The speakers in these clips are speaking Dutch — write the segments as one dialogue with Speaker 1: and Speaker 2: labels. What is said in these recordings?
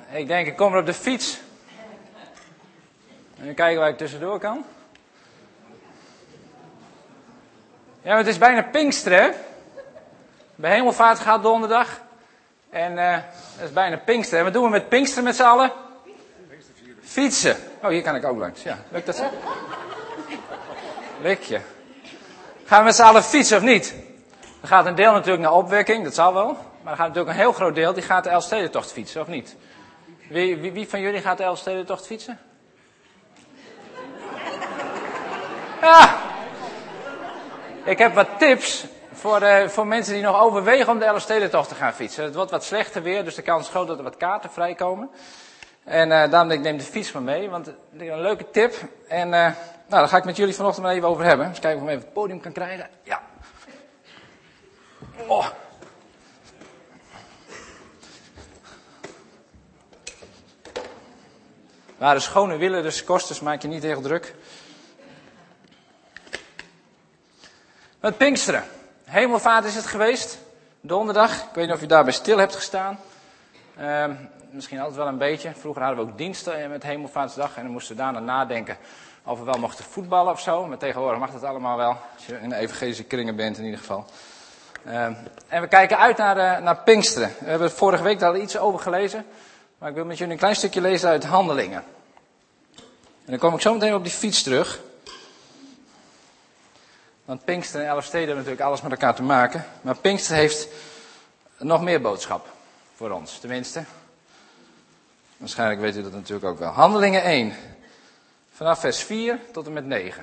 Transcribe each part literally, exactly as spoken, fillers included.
Speaker 1: Ik denk, ik kom er op de fiets. En kijken waar ik tussendoor kan. Ja, maar het is bijna Pinksteren, hè? Bij Hemelvaart gaat donderdag. En uh, het is bijna Pinksteren. Wat doen we met Pinksteren met z'n allen? Fietsen. Oh, hier kan ik ook langs. Ja, lukt dat zo? Likje. Gaan we met z'n allen fietsen of niet? Er gaat een deel natuurlijk naar opwekking, dat zal wel. Maar er gaat natuurlijk een heel groot deel, die gaat de Elfstedentocht fietsen, of niet? Wie, wie, wie van jullie gaat de Elfstedentocht fietsen? Ja! Ik heb wat tips voor, uh, voor mensen die nog overwegen om de Elfstedentocht te gaan fietsen. Het wordt wat slechter weer, dus de kans is groot dat er wat kaarten vrijkomen. En uh, daarom denk ik, neem de fiets maar mee, want het is een leuke tip. En uh, nou, daar ga ik met jullie vanochtend maar even over hebben. Eens kijken of ik hem even het podium kan krijgen. Ja. Oh. We waren schone wielen, dus kosters maak je niet heel druk. Met Pinksteren. Hemelvaart is het geweest. Donderdag. Ik weet niet of u daarbij stil hebt gestaan. Uh, misschien altijd wel een beetje. Vroeger hadden we ook diensten met Hemelvaartsdag. En dan moesten we daarna nadenken of we wel mochten voetballen of zo. Maar tegenwoordig mag dat allemaal wel. Als je in de evangelische kringen bent in ieder geval. Uh, en we kijken uit naar, uh, naar Pinksteren. We hebben vorige week daar al iets over gelezen. Maar ik wil met jullie een klein stukje lezen uit Handelingen. En dan kom ik zo meteen op die fiets terug. Want Pinksteren en Elfsteden hebben natuurlijk alles met elkaar te maken. Maar Pinksteren heeft nog meer boodschap voor ons, tenminste. Waarschijnlijk weet u dat natuurlijk ook wel. Handelingen één. Vanaf vers vier tot en met negen.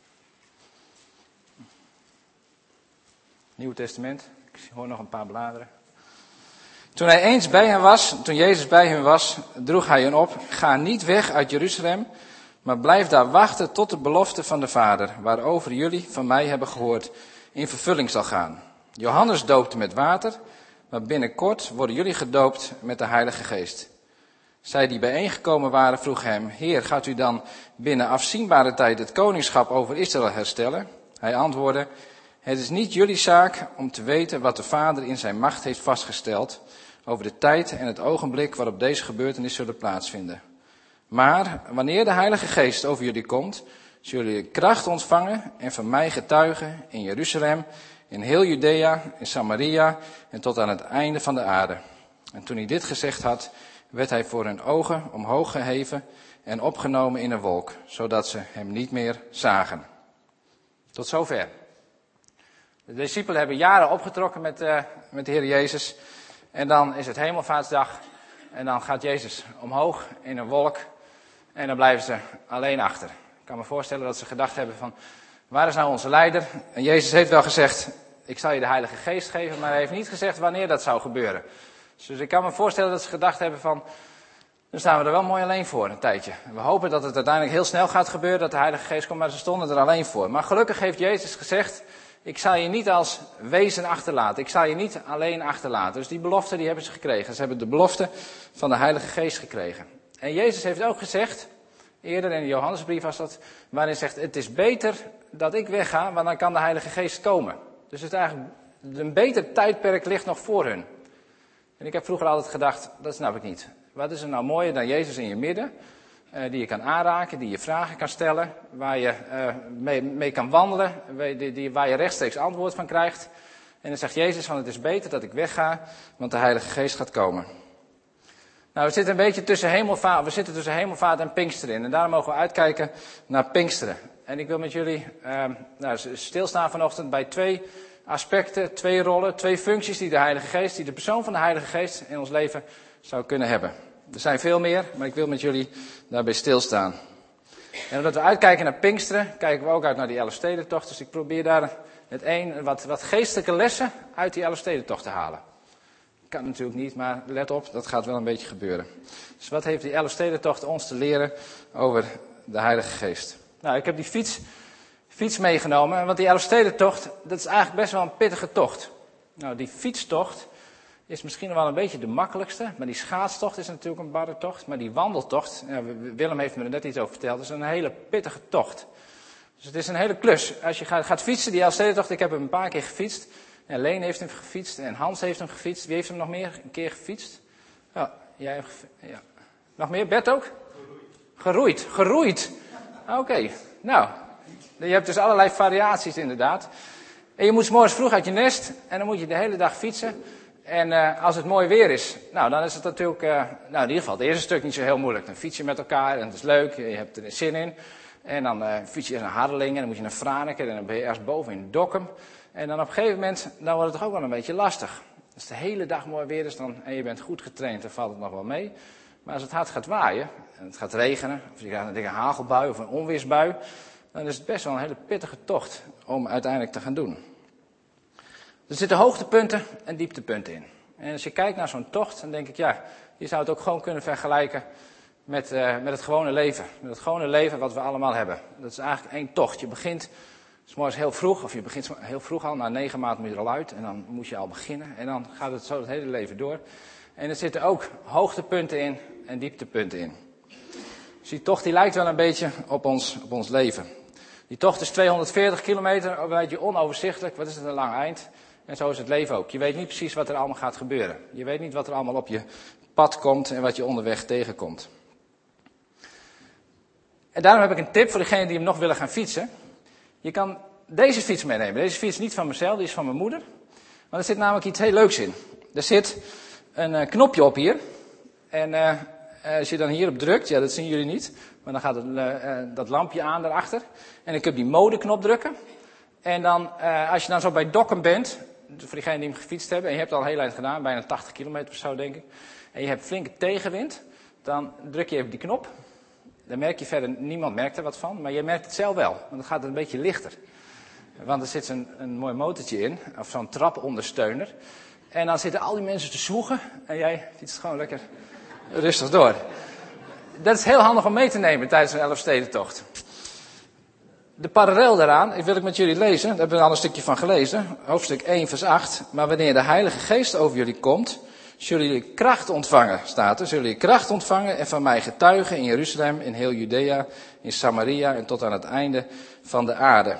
Speaker 1: Nieuw Testament. Ik hoor nog een paar bladeren. Toen hij eens bij hen was, toen Jezus bij hen was, droeg hij hen op. Ga niet weg uit Jeruzalem, maar blijf daar wachten tot de belofte van de Vader, waarover jullie van mij hebben gehoord, in vervulling zal gaan. Johannes doopte met water, maar binnenkort worden jullie gedoopt met de Heilige Geest. Zij die bijeengekomen waren vroegen hem, Heer, gaat u dan binnen afzienbare tijd het koningschap over Israël herstellen? Hij antwoordde, het is niet jullie zaak om te weten wat de Vader in zijn macht heeft vastgesteld over de tijd en het ogenblik waarop deze gebeurtenissen zullen plaatsvinden. Maar wanneer de Heilige Geest over jullie komt, zullen jullie kracht ontvangen en van mij getuigen in Jeruzalem, in heel Judea, in Samaria en tot aan het einde van de aarde. En toen hij dit gezegd had, werd hij voor hun ogen omhoog geheven en opgenomen in een wolk, zodat ze hem niet meer zagen. Tot zover. De discipelen hebben jaren opgetrokken met, uh, met de Heer Jezus. En dan is het Hemelvaartsdag. En dan gaat Jezus omhoog in een wolk. En dan blijven ze alleen achter. Ik kan me voorstellen dat ze gedacht hebben van, waar is nou onze leider? En Jezus heeft wel gezegd, ik zal je de Heilige Geest geven. Maar hij heeft niet gezegd wanneer dat zou gebeuren. Dus ik kan me voorstellen dat ze gedacht hebben van, dan staan we er wel mooi alleen voor een tijdje. En we hopen dat het uiteindelijk heel snel gaat gebeuren, dat de Heilige Geest komt. Maar ze stonden er alleen voor. Maar gelukkig heeft Jezus gezegd, ik zal je niet als wezen achterlaten. Ik zal je niet alleen achterlaten. Dus die belofte die hebben ze gekregen. Ze hebben de belofte van de Heilige Geest gekregen. En Jezus heeft ook gezegd, eerder in de Johannesbrief was dat, waarin zegt, het is beter dat ik wegga, want dan kan de Heilige Geest komen. Dus het is eigenlijk, een beter tijdperk ligt nog voor hun. En ik heb vroeger altijd gedacht, dat snap ik niet. Wat is er nou mooier dan Jezus in je midden, uh, die je kan aanraken, die je vragen kan stellen, waar je uh, mee, mee kan wandelen, die, die, waar je rechtstreeks antwoord van krijgt. En dan zegt Jezus van, het is beter dat ik wegga, want de Heilige Geest gaat komen. Nou, we zitten een beetje tussen hemelvaart, we zitten tussen hemelvaart en Pinksteren in. En daarom mogen we uitkijken naar Pinksteren. En ik wil met jullie uh, nou, stilstaan vanochtend bij twee aspecten, twee rollen, twee functies die de Heilige Geest, die de persoon van de Heilige Geest in ons leven zou kunnen hebben. Er zijn veel meer, maar ik wil met jullie daarbij stilstaan. En omdat we uitkijken naar Pinksteren, kijken we ook uit naar die Elfstedentocht. Dus ik probeer daar het een, wat, wat geestelijke lessen uit die Elfstedentocht te halen. Kan natuurlijk niet, maar let op, dat gaat wel een beetje gebeuren. Dus wat heeft die Elfstedentocht ons te leren over de Heilige Geest? Nou, ik heb die fiets, fiets meegenomen, want die Elfstedentocht, dat is eigenlijk best wel een pittige tocht. Nou, die fietstocht is misschien wel een beetje de makkelijkste, maar die schaatstocht is natuurlijk een barre tocht. Maar die wandeltocht, ja, Willem heeft me er net iets over verteld, is een hele pittige tocht. Dus het is een hele klus. Als je gaat, gaat fietsen, die Elfstedentocht, ik heb hem een paar keer gefietst. En Leen heeft hem gefietst en Hans heeft hem gefietst. Wie heeft hem nog meer een keer gefietst? Ja, Jij, ja. Nog meer? Bert ook? Geroeid. Geroeid. Oké. Okay. Nou, je hebt dus allerlei variaties inderdaad. En je moet 's morgens vroeg uit je nest en dan moet je de hele dag fietsen. En uh, als het mooi weer is, nou dan is het natuurlijk, uh, nou in ieder geval het eerste stuk niet zo heel moeilijk. Dan fiets je met elkaar en het is leuk, je hebt er zin in. En dan uh, fiets je naar Hardelingen en dan moet je naar Franeker en dan ben je ergens boven in Dokkum. En dan op een gegeven moment, dan wordt het toch ook wel een beetje lastig. Als de hele dag mooi weer is dan, en je bent goed getraind, dan valt het nog wel mee. Maar als het hard gaat waaien en het gaat regenen, of je krijgt een dikke hagelbui of een onweersbui, dan is het best wel een hele pittige tocht om uiteindelijk te gaan doen. Er zitten hoogtepunten en dieptepunten in. En als je kijkt naar zo'n tocht, dan denk ik, ja, je zou het ook gewoon kunnen vergelijken met, uh, met het gewone leven. Met het gewone leven wat we allemaal hebben. Dat is eigenlijk één tocht. Je begint 's morgens heel vroeg, of je begint heel vroeg al, na negen maanden moet je er al uit. En dan moet je al beginnen. En dan gaat het zo het hele leven door. En er zitten ook hoogtepunten in en dieptepunten in. Dus die tocht die lijkt wel een beetje op ons, op ons leven. Die tocht is tweehonderdveertig kilometer, een beetje onoverzichtelijk. Wat is het een lang eind? En zo is het leven ook. Je weet niet precies wat er allemaal gaat gebeuren. Je weet niet wat er allemaal op je pad komt en wat je onderweg tegenkomt. En daarom heb ik een tip voor degenen die hem nog willen gaan fietsen. Je kan deze fiets meenemen. Deze fiets is niet van mezelf, die is van mijn moeder. Maar er zit namelijk iets heel leuks in. Er zit een uh, knopje op hier. En uh, als je dan hierop drukt, ja dat zien jullie niet. Maar dan gaat het, uh, uh, dat lampje aan daarachter. En ik heb die modeknop drukken. En dan, uh, als je dan zo bij Dokkum bent, voor diegenen die hem gefietst hebben, en je hebt het al heel eind gedaan, bijna tachtig kilometer of zo denk ik. En je hebt flinke tegenwind, dan druk je even die knop. Dan merk je verder, niemand merkt er wat van, maar je merkt het zelf wel. Want dan gaat het een beetje lichter. Want er zit een, een mooi motortje in, of zo'n trapondersteuner. En dan zitten al die mensen te zwoegen en jij fietst gewoon lekker rustig door. Dat is heel handig om mee te nemen tijdens een Elfstedentocht. De parallel daaraan, ik wil ik met jullie lezen, daar hebben we al een stukje van gelezen, hoofdstuk één vers acht. Maar wanneer de Heilige Geest over jullie komt, zullen jullie kracht ontvangen, staat er. Zullen jullie kracht ontvangen en van mij getuigen in Jeruzalem, in heel Judea, in Samaria en tot aan het einde van de aarde.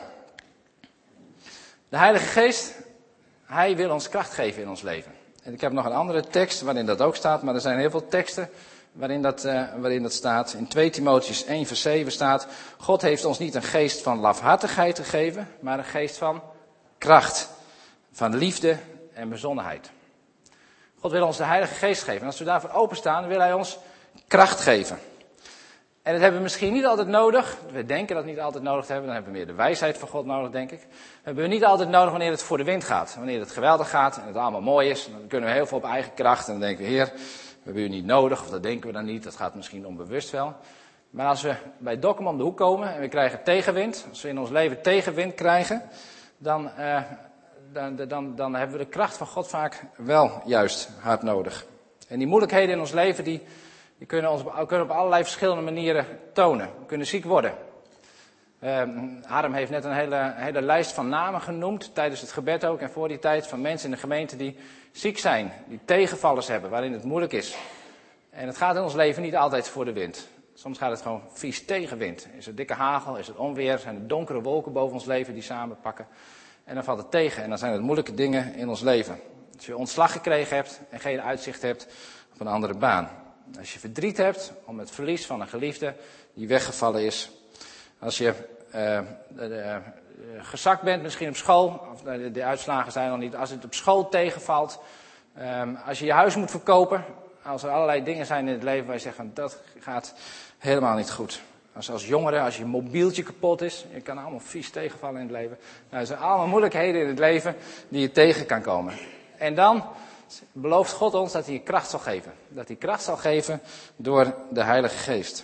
Speaker 1: De Heilige Geest, Hij wil ons kracht geven in ons leven. En ik heb nog een andere tekst waarin dat ook staat, maar er zijn heel veel teksten waarin dat, uh, waarin dat staat. In twee Timotheüs één vers zeven staat, God heeft ons niet een geest van lafhartigheid gegeven, maar een geest van kracht, van liefde en bezonnenheid. God wil ons de Heilige Geest geven. En als we daarvoor openstaan, wil Hij ons kracht geven. En dat hebben we misschien niet altijd nodig. We denken dat niet altijd nodig te hebben. Dan hebben we meer de wijsheid van God nodig, denk ik. Dat hebben we niet altijd nodig wanneer het voor de wind gaat. Wanneer het geweldig gaat en het allemaal mooi is. Dan kunnen we heel veel op eigen kracht. En dan denken we, Heer, we hebben u niet nodig. Of dat denken we dan niet. Dat gaat misschien onbewust wel. Maar als we bij Dokkum om de hoek komen en we krijgen tegenwind. Als we in ons leven tegenwind krijgen. Dan, uh, dan, dan, dan hebben we de kracht van God vaak wel juist hard nodig. En die moeilijkheden in ons leven, die... Die kunnen, ons, kunnen op allerlei verschillende manieren tonen. We kunnen ziek worden. Uh, Harm heeft net een hele, hele lijst van namen genoemd, tijdens het gebed ook en voor die tijd, van mensen in de gemeente die ziek zijn, die tegenvallers hebben, waarin het moeilijk is. En het gaat in ons leven niet altijd voor de wind. Soms gaat het gewoon vies tegenwind. Is het dikke hagel, is het onweer, zijn er donkere wolken boven ons leven die samenpakken. En dan valt het tegen en dan zijn het moeilijke dingen in ons leven. Als je ontslag gekregen hebt en geen uitzicht hebt op een andere baan. Als je verdriet hebt om het verlies van een geliefde die weggevallen is. Als je uh, uh, gezakt bent, misschien op school, of de, de uitslagen zijn nog niet. Als het op school tegenvalt. Um, als je je huis moet verkopen. Als er allerlei dingen zijn in het leven waar je zegt van dat gaat helemaal niet goed. Als, als jongere, als je mobieltje kapot is. Je kan allemaal vies tegenvallen in het leven. Nou, er zijn allemaal moeilijkheden in het leven die je tegen kan komen. En dan belooft God ons dat hij je kracht zal geven. Dat hij kracht zal geven door de Heilige Geest.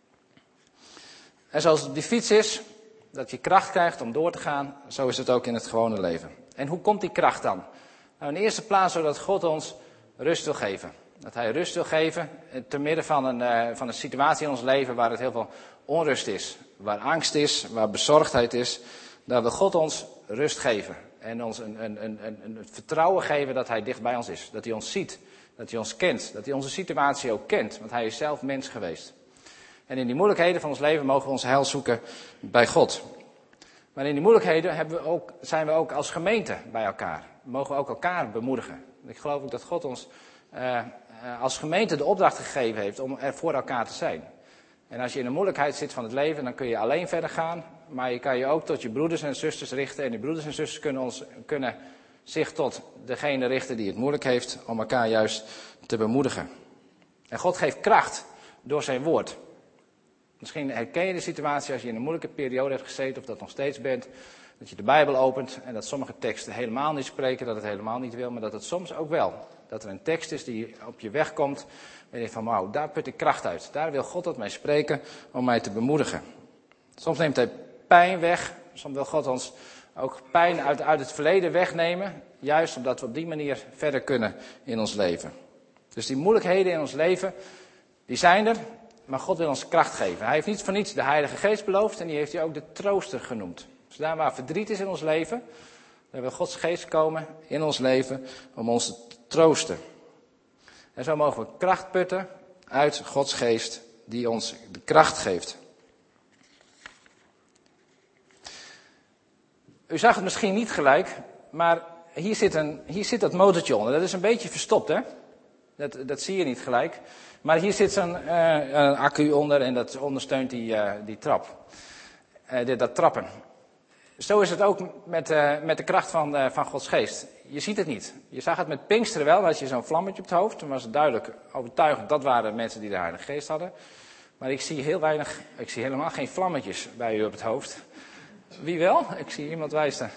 Speaker 1: En zoals het op die fiets is, dat je kracht krijgt om door te gaan, zo is het ook in het gewone leven. En hoe komt die kracht dan? Nou, in de eerste plaats zodat God ons rust wil geven. Dat hij rust wil geven te midden van een, uh, van een situatie in ons leven waar het heel veel onrust is. Waar angst is, waar bezorgdheid is. Daar wil God ons rust geven. En ons een, een, een, een, een vertrouwen geven dat hij dicht bij ons is. Dat hij ons ziet. Dat hij ons kent. Dat hij onze situatie ook kent. Want hij is zelf mens geweest. En in die moeilijkheden van ons leven mogen we ons heil zoeken bij God. Maar in die moeilijkheden hebben we ook, zijn we ook als gemeente bij elkaar. Mogen we ook elkaar bemoedigen. Ik geloof ook dat God ons uh, uh, als gemeente de opdracht gegeven heeft om er voor elkaar te zijn. En als je in de moeilijkheid zit van het leven, dan kun je alleen verder gaan. Maar je kan je ook tot je broeders en zusters richten. En die broeders en zusters kunnen, ons, kunnen zich tot degene richten die het moeilijk heeft, om elkaar juist te bemoedigen. En God geeft kracht door zijn woord. Misschien herken je de situatie als je in een moeilijke periode hebt gezeten, of dat nog steeds bent. Dat je de Bijbel opent en dat sommige teksten helemaal niet spreken, dat het helemaal niet wil, maar dat het soms ook wel. Dat er een tekst is die op je weg komt en je denkt van wauw, daar put ik kracht uit. Daar wil God tot mij spreken om mij te bemoedigen. Soms neemt hij pijn weg, soms wil God ons ook pijn uit, uit het verleden wegnemen. Juist omdat we op die manier verder kunnen in ons leven. Dus die moeilijkheden in ons leven, die zijn er, maar God wil ons kracht geven. Hij heeft niet voor niets de Heilige Geest beloofd en die heeft hij ook de trooster genoemd. Dus daar waar verdriet is in ons leven, dan wil Gods Geest komen in ons leven om ons te troosten. En zo mogen we kracht putten uit Gods Geest die ons de kracht geeft. U zag het misschien niet gelijk, maar hier zit, een, hier zit dat motortje onder. Dat is een beetje verstopt, hè? Dat, dat zie je niet gelijk. Maar hier zit zo'n uh, een accu onder en dat ondersteunt die, uh, die trap. Uh, dit, dat trappen. Zo is het ook met, uh, met de kracht van, uh, van Gods Geest. Je ziet het niet. Je zag het met Pinksteren wel, had je zo'n vlammetje op het hoofd. Toen was het duidelijk overtuigend, dat waren mensen die de Heilige Geest hadden. Maar ik zie heel weinig, ik zie helemaal geen vlammetjes bij u op het hoofd. Wie wel? Ik zie iemand wijzen.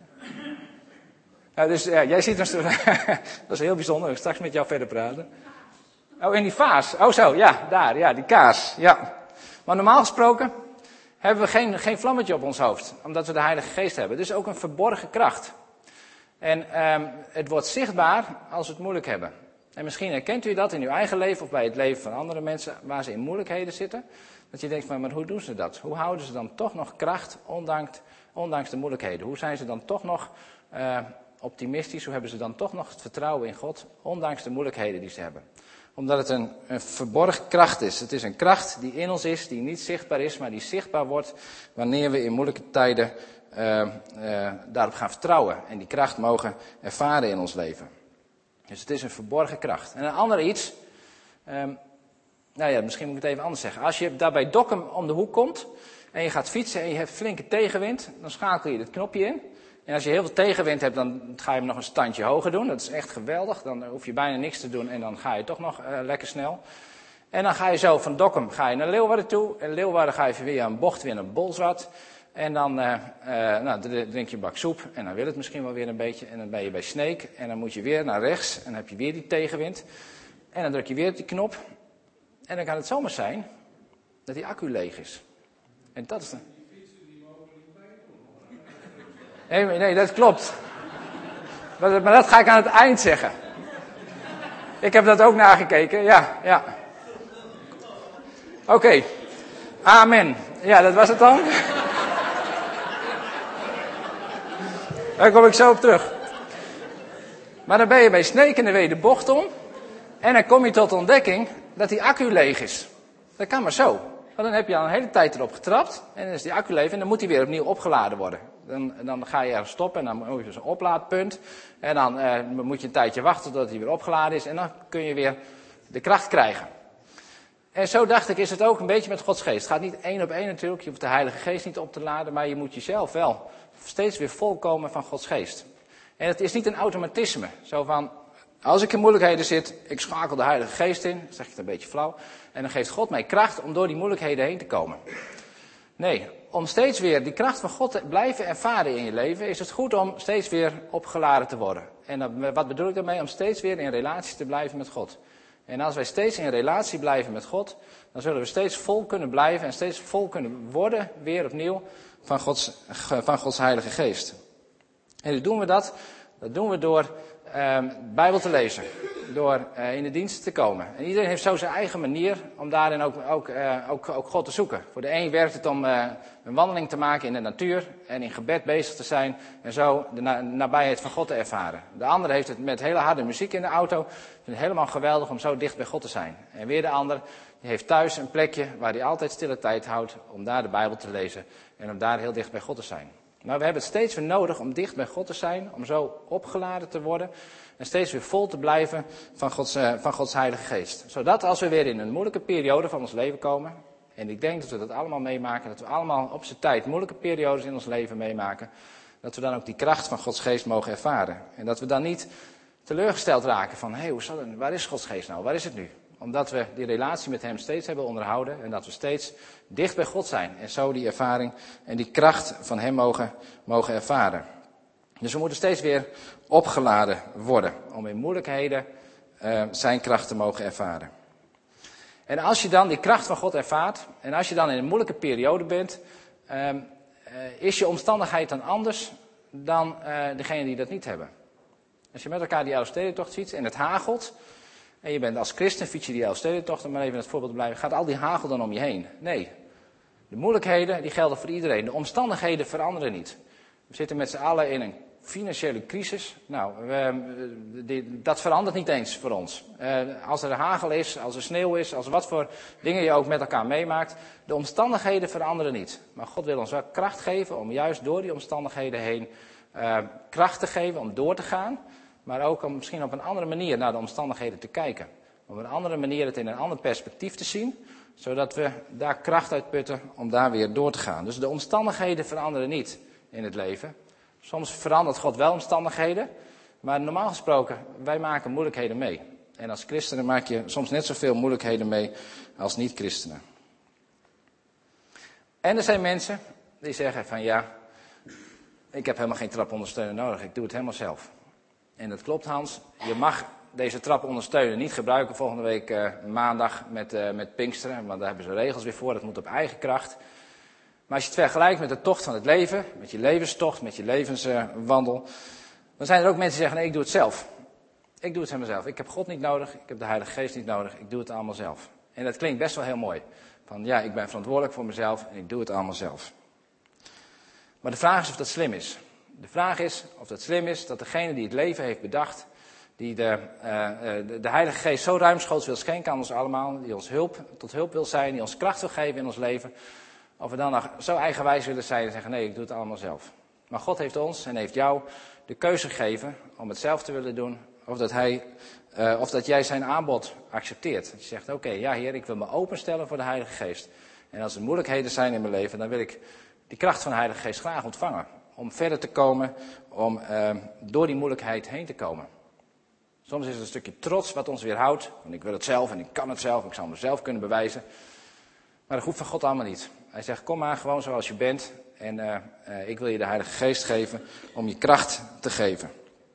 Speaker 1: Ja, dus ja, jij ziet een dat is heel bijzonder. Ik ga straks met jou verder praten. Oh, in die vaas. Oh zo, ja, daar, ja, die kaars. Ja. Maar normaal gesproken hebben we geen, geen vlammetje op ons hoofd. Omdat we de Heilige Geest hebben. Dus ook een verborgen kracht. En um, het wordt zichtbaar als we het moeilijk hebben. En misschien herkent u dat in uw eigen leven of bij het leven van andere mensen waar ze in moeilijkheden zitten. Dat je denkt van, maar hoe doen ze dat? Hoe houden ze dan toch nog kracht, ondanks, ondanks de moeilijkheden? Hoe zijn ze dan toch nog uh, optimistisch? Hoe hebben ze dan toch nog het vertrouwen in God, ondanks de moeilijkheden die ze hebben? Omdat het een, een verborgen kracht is. Het is een kracht die in ons is, die niet zichtbaar is, maar die zichtbaar wordt wanneer we in moeilijke tijden uh, uh, daarop gaan vertrouwen. En die kracht mogen ervaren in ons leven. Dus het is een verborgen kracht. En een ander iets, um, nou ja, misschien moet ik het even anders zeggen. Als je daar bij Dokkum om de hoek komt en je gaat fietsen en je hebt flinke tegenwind, dan schakel je dit knopje in. En als je heel veel tegenwind hebt, dan ga je hem nog een standje hoger doen. Dat is echt geweldig. Dan hoef je bijna niks te doen en dan ga je toch nog uh, lekker snel. En dan ga je zo van Dokkum ga je naar Leeuwarden toe. En Leeuwarden ga je via een bocht weer naar Bolsward. En dan uh, uh, nou, drink je een bak soep en dan wil het misschien wel weer een beetje. En dan ben je bij Sneek en dan moet je weer naar rechts en dan heb je weer die tegenwind. En dan druk je weer op die knop. En dan kan het zomaar zijn dat die accu leeg is. En dat is de... Nee, nee, dat klopt. Maar, maar dat ga ik aan het eind zeggen. Ik heb dat ook nagekeken, ja, ja. Oké, okay. Amen. Ja, dat was het dan. Daar kom ik zo op terug. Maar dan ben je bij Sneek en dan weet je de bocht om. En dan kom je tot de ontdekking dat die accu leeg is. Dat kan maar zo. Want dan heb je al een hele tijd erop getrapt. En dan is die accu leeg en dan moet die weer opnieuw opgeladen worden. Dan, dan ga je ergens stoppen en dan moet je zo'n oplaadpunt. En dan uh, moet je een tijdje wachten totdat hij weer opgeladen is. En dan kun je weer de kracht krijgen. En zo dacht ik, is het ook een beetje met Gods Geest. Het gaat niet één op één natuurlijk. Je hoeft de Heilige Geest niet op te laden. Maar je moet jezelf wel steeds weer volkomen van Gods Geest. En het is niet een automatisme. Zo van, als ik in moeilijkheden zit, ik schakel de Heilige Geest in. Dan zeg ik het een beetje flauw. En dan geeft God mij kracht om door die moeilijkheden heen te komen. Nee, om steeds weer die kracht van God te blijven ervaren in je leven, is het goed om steeds weer opgeladen te worden. En dan, wat bedoel ik daarmee? Om steeds weer in relatie te blijven met God. En als wij steeds in relatie blijven met God, dan zullen we steeds vol kunnen blijven en steeds vol kunnen worden, weer opnieuw, van Gods, van Gods Heilige Geest. En hoe doen we dat? Dat doen we door uh, Bijbel te lezen, door uh, in de dienst te komen. En iedereen heeft zo zijn eigen manier om daarin ook, ook, uh, ook, ook God te zoeken. Voor de een werkt het om uh, een wandeling te maken in de natuur en in gebed bezig te zijn en zo de na- nabijheid van God te ervaren. De ander heeft het met hele harde muziek in de auto. Het is helemaal geweldig om zo dicht bij God te zijn. En weer de ander die heeft thuis een plekje waar hij altijd stille tijd houdt om daar de Bijbel te lezen en om daar heel dicht bij God te zijn. Maar we hebben het steeds weer nodig om dicht bij God te zijn, om zo opgeladen te worden en steeds weer vol te blijven van Gods, uh, van Gods Heilige Geest. Zodat als we weer in een moeilijke periode van ons leven komen, en ik denk dat we dat allemaal meemaken, dat we allemaal op zijn tijd moeilijke periodes in ons leven meemaken, dat we dan ook die kracht van Gods Geest mogen ervaren. En dat we dan niet teleurgesteld raken van, hé, hey, hoe zal het, waar is Gods Geest nou, waar is het nu? Omdat we die relatie met hem steeds hebben onderhouden en dat we steeds dicht bij God zijn. En zo die ervaring en die kracht van hem mogen, mogen ervaren. Dus we moeten steeds weer opgeladen worden om in moeilijkheden uh, zijn kracht te mogen ervaren. En als je dan die kracht van God ervaart en als je dan in een moeilijke periode bent, uh, uh, is je omstandigheid dan anders dan uh, degene die dat niet hebben. Als je met elkaar die Elfstedentocht fietst en het hagelt, en je bent als christen, fiets je die Elfstedentocht, om maar even in het voorbeeld te blijven, gaat al die hagel dan om je heen? Nee. De moeilijkheden die gelden voor iedereen. De omstandigheden veranderen niet. We zitten met z'n allen in een financiële crisis. Nou, we, die, dat verandert niet eens voor ons. Uh, als er hagel is, als er sneeuw is, als wat voor dingen je ook met elkaar meemaakt. De omstandigheden veranderen niet. Maar God wil ons wel kracht geven om juist door die omstandigheden heen uh, kracht te geven om door te gaan. Maar ook om misschien op een andere manier naar de omstandigheden te kijken. Op een andere manier het in een ander perspectief te zien. Zodat we daar kracht uit putten om daar weer door te gaan. Dus de omstandigheden veranderen niet in het leven. Soms verandert God wel omstandigheden. Maar normaal gesproken, wij maken moeilijkheden mee. En als christenen maak je soms net zoveel moeilijkheden mee als niet-christenen. En er zijn mensen die zeggen van ja, ik heb helemaal geen trapondersteuner nodig. Ik doe het helemaal zelf. En dat klopt, Hans. Je mag deze trapondersteuner niet gebruiken volgende week uh, maandag met, uh, met Pinksteren. Want daar hebben ze regels weer voor. Dat moet op eigen kracht. Maar als je het vergelijkt met de tocht van het leven, met je levenstocht, met je levenswandel, uh, dan zijn er ook mensen die zeggen, nee, ik doe het zelf. Ik doe het helemaal zelf. Ik heb God niet nodig, ik heb de Heilige Geest niet nodig, ik doe het allemaal zelf. En dat klinkt best wel heel mooi. Van ja, ik ben verantwoordelijk voor mezelf en ik doe het allemaal zelf. Maar de vraag is of dat slim is. De vraag is of dat slim is dat degene die het leven heeft bedacht, die de, uh, de, de Heilige Geest zo ruimschoots wil schenken aan ons allemaal, die ons hulp, tot hulp wil zijn, die ons kracht wil geven in ons leven, of we dan nog zo eigenwijs willen zijn en zeggen, nee, ik doe het allemaal zelf. Maar God heeft ons en heeft jou de keuze gegeven om het zelf te willen doen, of dat, hij, uh, of dat jij zijn aanbod accepteert. Dat je zegt, oké, okay, ja Heer, ik wil me openstellen voor de Heilige Geest. En als er moeilijkheden zijn in mijn leven, dan wil ik die kracht van de Heilige Geest graag ontvangen. Om verder te komen, om uh, door die moeilijkheid heen te komen. Soms is het een stukje trots wat ons weerhoudt. Want ik wil het zelf en ik kan het zelf, ik zal mezelf kunnen bewijzen. Maar dat hoeft van God allemaal niet. Hij zegt, kom maar gewoon zoals je bent. En uh, uh, ik wil je de Heilige Geest geven om je kracht te geven.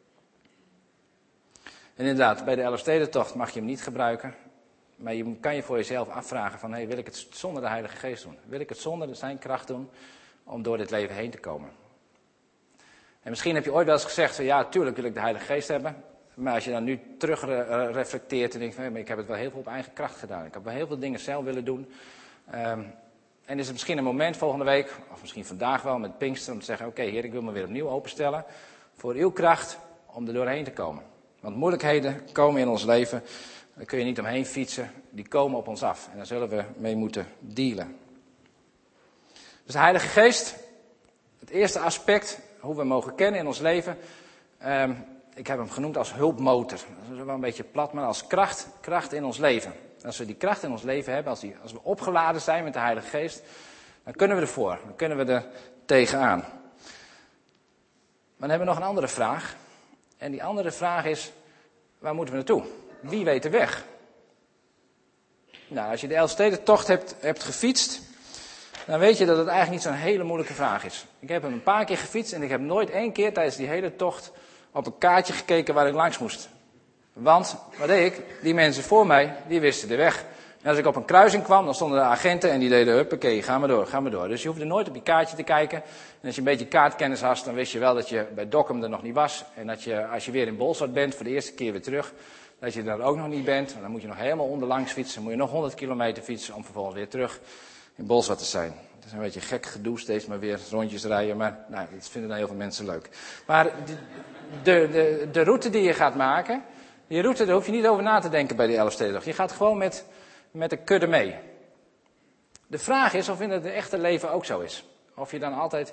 Speaker 1: En inderdaad, bij de Elfstedentocht mag je hem niet gebruiken. Maar je kan je voor jezelf afvragen van, hey, wil ik het zonder de Heilige Geest doen? Wil ik het zonder zijn kracht doen om door dit leven heen te komen? En misschien heb je ooit wel eens gezegd van, ja, tuurlijk wil ik de Heilige Geest hebben. Maar als je dan nu terug reflecteert en denkt van, ik heb het wel heel veel op eigen kracht gedaan. Ik heb wel heel veel dingen zelf willen doen. Um, en is het misschien een moment volgende week, of misschien vandaag wel met Pinkster, om te zeggen, oké, okay, Heer, ik wil me weer opnieuw openstellen voor uw kracht om er doorheen te komen. Want moeilijkheden komen in ons leven, daar kun je niet omheen fietsen, die komen op ons af. En daar zullen we mee moeten dealen. Dus de Heilige Geest, het eerste aspect, hoe we mogen kennen in ons leven. Um, ik heb hem genoemd als hulpmotor. Dat is wel een beetje plat, maar als kracht, kracht in ons leven. Als we die kracht in ons leven hebben, als, die, als we opgeladen zijn met de Heilige Geest, dan kunnen we ervoor, dan kunnen we er tegenaan. Maar dan hebben we nog een andere vraag. En die andere vraag is, waar moeten we naartoe? Wie weet de weg? Nou, als je de Elfstedentocht hebt, hebt gefietst, dan weet je dat het eigenlijk niet zo'n hele moeilijke vraag is. Ik heb hem een paar keer gefietst en ik heb nooit één keer tijdens die hele tocht op een kaartje gekeken waar ik langs moest. Want, wat deed ik? Die mensen voor mij, die wisten de weg. En als ik op een kruising kwam, dan stonden de agenten en die deden, huppakee, ga maar door, ga maar door. Dus je hoefde nooit op je kaartje te kijken. En als je een beetje kaartkennis had, dan wist je wel dat je bij Dokkum er nog niet was. En dat je, als je weer in Bolsward bent, voor de eerste keer weer terug, dat je er ook nog niet bent. En dan moet je nog helemaal onderlangs fietsen, dan moet je nog honderd kilometer fietsen om vervolgens weer terug in Bolsward te zijn. Het is een beetje gek gedoe, steeds maar weer rondjes rijden, maar nou, dat vinden dan heel veel mensen leuk. Maar de, de, de, de route die je gaat maken, die route, daar hoef je niet over na te denken bij die Elfstedentocht. Je gaat gewoon met, met de kudde mee. De vraag is of in het echte leven ook zo is. Of je dan altijd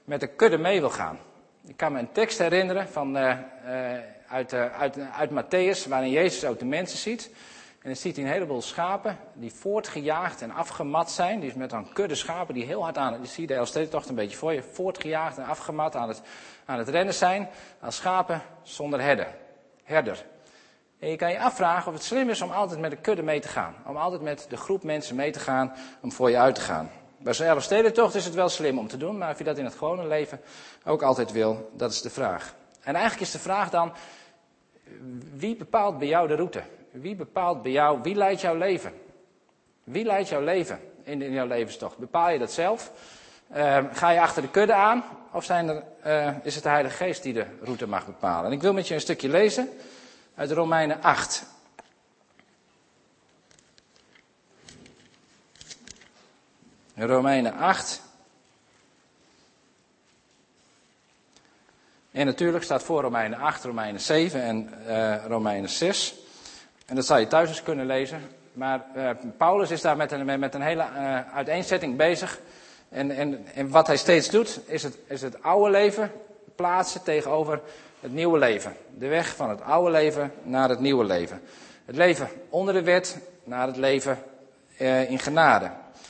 Speaker 1: met de kudde mee wil gaan. Ik kan me een tekst herinneren van, uh, uh, uit, uh, uit, uit Matthäus, waarin Jezus ook de mensen ziet. En dan ziet hij een heleboel schapen die voortgejaagd en afgemat zijn. Die is met een kudde schapen die heel hard aan het, je ziet de Elfstedentocht een beetje voor je, voortgejaagd en afgemat aan het, aan het rennen zijn. Als schapen zonder herder. herder. En je kan je afvragen of het slim is om altijd met de kudde mee te gaan. Om altijd met de groep mensen mee te gaan, om voor je uit te gaan. Bij zo'n Elfstedentocht is het wel slim om te doen, maar of je dat in het gewone leven ook altijd wil, dat is de vraag. En eigenlijk is de vraag dan, wie bepaalt bij jou de route? Wie bepaalt bij jou, wie leidt jouw leven? Wie leidt jouw leven in, in jouw levenstocht? Bepaal je dat zelf? Uh, ga je achter de kudde aan? Of zijn er, uh, is het de Heilige Geest die de route mag bepalen? En ik wil met je een stukje lezen uit Romeinen acht. Romeinen acht. En natuurlijk staat voor Romeinen acht, Romeinen zeven en uh, Romeinen zes. En dat zou je thuis eens kunnen lezen. Maar uh, Paulus is daar met een, met een hele uh, uiteenzetting bezig. En, en, en wat hij steeds doet, is het, is het oude leven plaatsen tegenover het nieuwe leven. De weg van het oude leven naar het nieuwe leven. Het leven onder de wet naar het leven uh, in genade.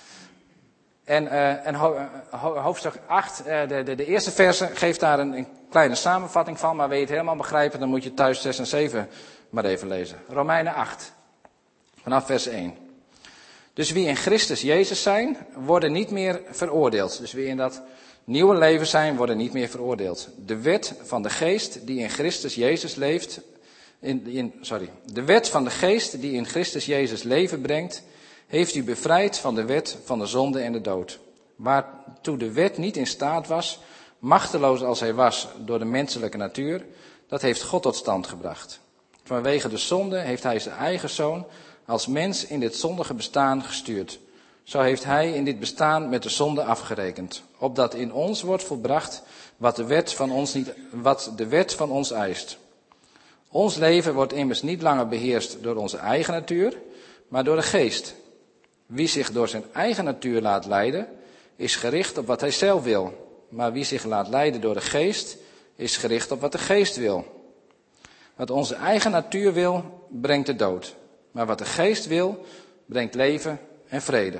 Speaker 1: En, uh, en ho, ho, hoofdstuk acht, uh, de, de, de eerste verse, geeft daar een, een kleine samenvatting van. Maar wil je het helemaal begrijpen, dan moet je thuis zes en zeven maar even lezen. Romeinen acht, vanaf vers één. Dus wie in Christus Jezus zijn, worden niet meer veroordeeld. Dus wie in dat nieuwe leven zijn, worden niet meer veroordeeld. De wet van de geest die in Christus Jezus leeft, in, in, sorry, de wet van de geest die in Christus Jezus leven brengt, heeft u bevrijd van de wet van de zonde en de dood. Waartoe de wet niet in staat was, machteloos als hij was door de menselijke natuur, dat heeft God tot stand gebracht. Vanwege de zonde heeft hij zijn eigen zoon als mens in dit zondige bestaan gestuurd. Zo heeft hij in dit bestaan met de zonde afgerekend, opdat in ons wordt volbracht wat de wet van ons, niet, wat de wet van ons eist. Ons leven wordt immers niet langer beheerst door onze eigen natuur, maar door de geest. Wie zich door zijn eigen natuur laat leiden, is gericht op wat hij zelf wil. Maar wie zich laat leiden door de geest, is gericht op wat de geest wil. Wat onze eigen natuur wil, brengt de dood. Maar wat de geest wil, brengt leven en vrede.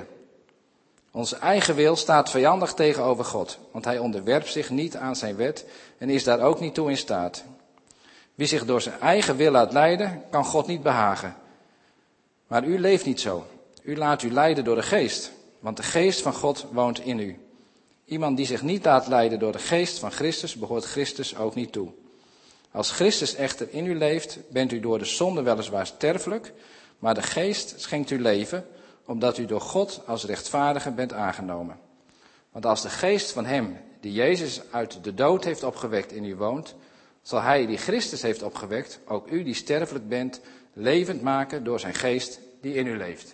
Speaker 1: Onze eigen wil staat vijandig tegenover God, want hij onderwerpt zich niet aan zijn wet en is daar ook niet toe in staat. Wie zich door zijn eigen wil laat leiden, kan God niet behagen. Maar u leeft niet zo. U laat u leiden door de geest, want de geest van God woont in u. Iemand die zich niet laat leiden door de geest van Christus, behoort Christus ook niet toe. Als Christus echter in u leeft, bent u door de zonde weliswaar sterfelijk, maar de geest schenkt u leven, omdat u door God als rechtvaardige bent aangenomen. Want als de geest van hem, die Jezus uit de dood heeft opgewekt, in u woont, zal hij die Christus heeft opgewekt, ook u die sterfelijk bent, levend maken door zijn geest die in u leeft.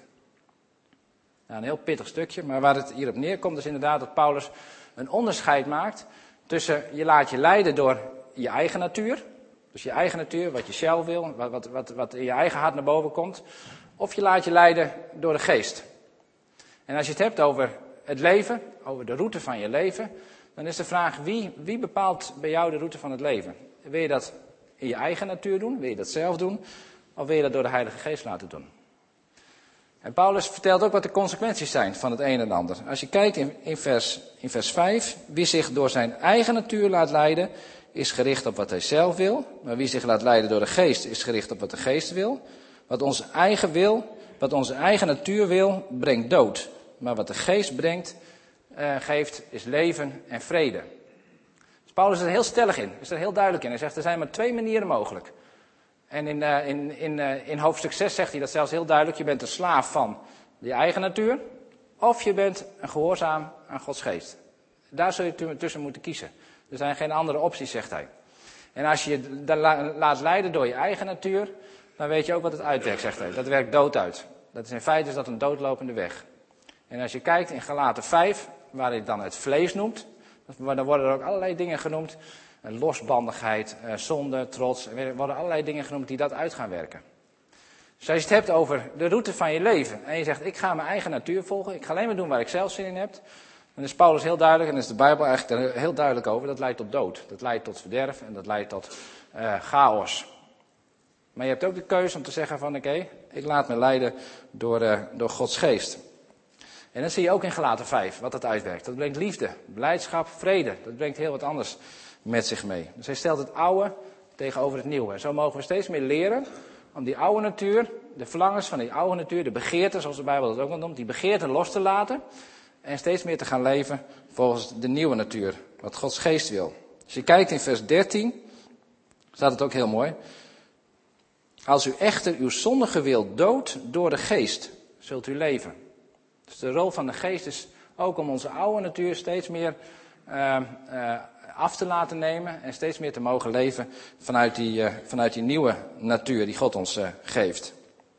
Speaker 1: Nou, een heel pittig stukje, maar waar het hier op neerkomt is inderdaad dat Paulus een onderscheid maakt tussen je laat je leiden door je eigen natuur, dus je eigen natuur, wat je zelf wil, wat, wat, wat, wat in je eigen hart naar boven komt, of je laat je leiden door de geest. En als je het hebt over het leven, over de route van je leven, dan is de vraag wie, wie bepaalt bij jou de route van het leven? Wil je dat in je eigen natuur doen, wil je dat zelf doen, of wil je dat door de Heilige Geest laten doen? En Paulus vertelt ook wat de consequenties zijn van het een en ander. Als je kijkt in, in, vers, in vers vijf, wie zich door zijn eigen natuur laat leiden, is gericht op wat hij zelf wil. Maar wie zich laat leiden door de geest, is gericht op wat de geest wil. Wat onze eigen wil, wat onze eigen natuur wil, brengt dood. Maar wat de geest brengt, uh, geeft, is leven en vrede. Dus Paulus is er heel stellig in, is er heel duidelijk in. Hij zegt, er zijn maar twee manieren mogelijk. En in, uh, in, in, uh, in hoofdstuk zes zegt hij dat zelfs heel duidelijk. Je bent een slaaf van je eigen natuur. Of je bent een gehoorzaam aan Gods geest. Daar zul je tussen moeten kiezen. Er zijn geen andere opties, zegt hij. En als je je laat leiden door je eigen natuur, dan weet je ook wat het uitwerkt, zegt hij. Dat werkt dood uit. Dat is in feite is dat een doodlopende weg. En als je kijkt in Galaten vijf, waar hij dan het vlees noemt, dan worden er ook allerlei dingen genoemd. Losbandigheid, zonde, trots. Er worden allerlei dingen genoemd die dat uit gaan werken. Dus als je het hebt over de route van je leven. En je zegt, ik ga mijn eigen natuur volgen. Ik ga alleen maar doen waar ik zelf zin in heb. dan is Paulus heel duidelijk, en is de Bijbel eigenlijk er heel duidelijk over, dat leidt tot dood. Dat leidt tot verderf en dat leidt tot uh, chaos. Maar je hebt ook de keuze om te zeggen van oké, okay, ik laat me leiden door, uh, door Gods geest. En dan zie je ook in Galaten vijf wat dat uitwerkt. Dat brengt liefde, blijdschap, vrede. Dat brengt heel wat anders met zich mee. Dus hij stelt het oude tegenover het nieuwe. En zo mogen we steeds meer leren om die oude natuur, de verlangens van die oude natuur, de begeerten, zoals de Bijbel dat ook wel noemt, die begeerten los te laten. En steeds meer te gaan leven volgens de nieuwe natuur, wat Gods geest wil. Als je kijkt in vers dertien, staat het ook heel mooi. Als u echter uw zondige wil doodt door de geest, zult u leven. Dus de rol van de geest is ook om onze oude natuur steeds meer uh, uh, af te laten nemen. En steeds meer te mogen leven vanuit die, uh, vanuit die nieuwe natuur die God ons uh, geeft.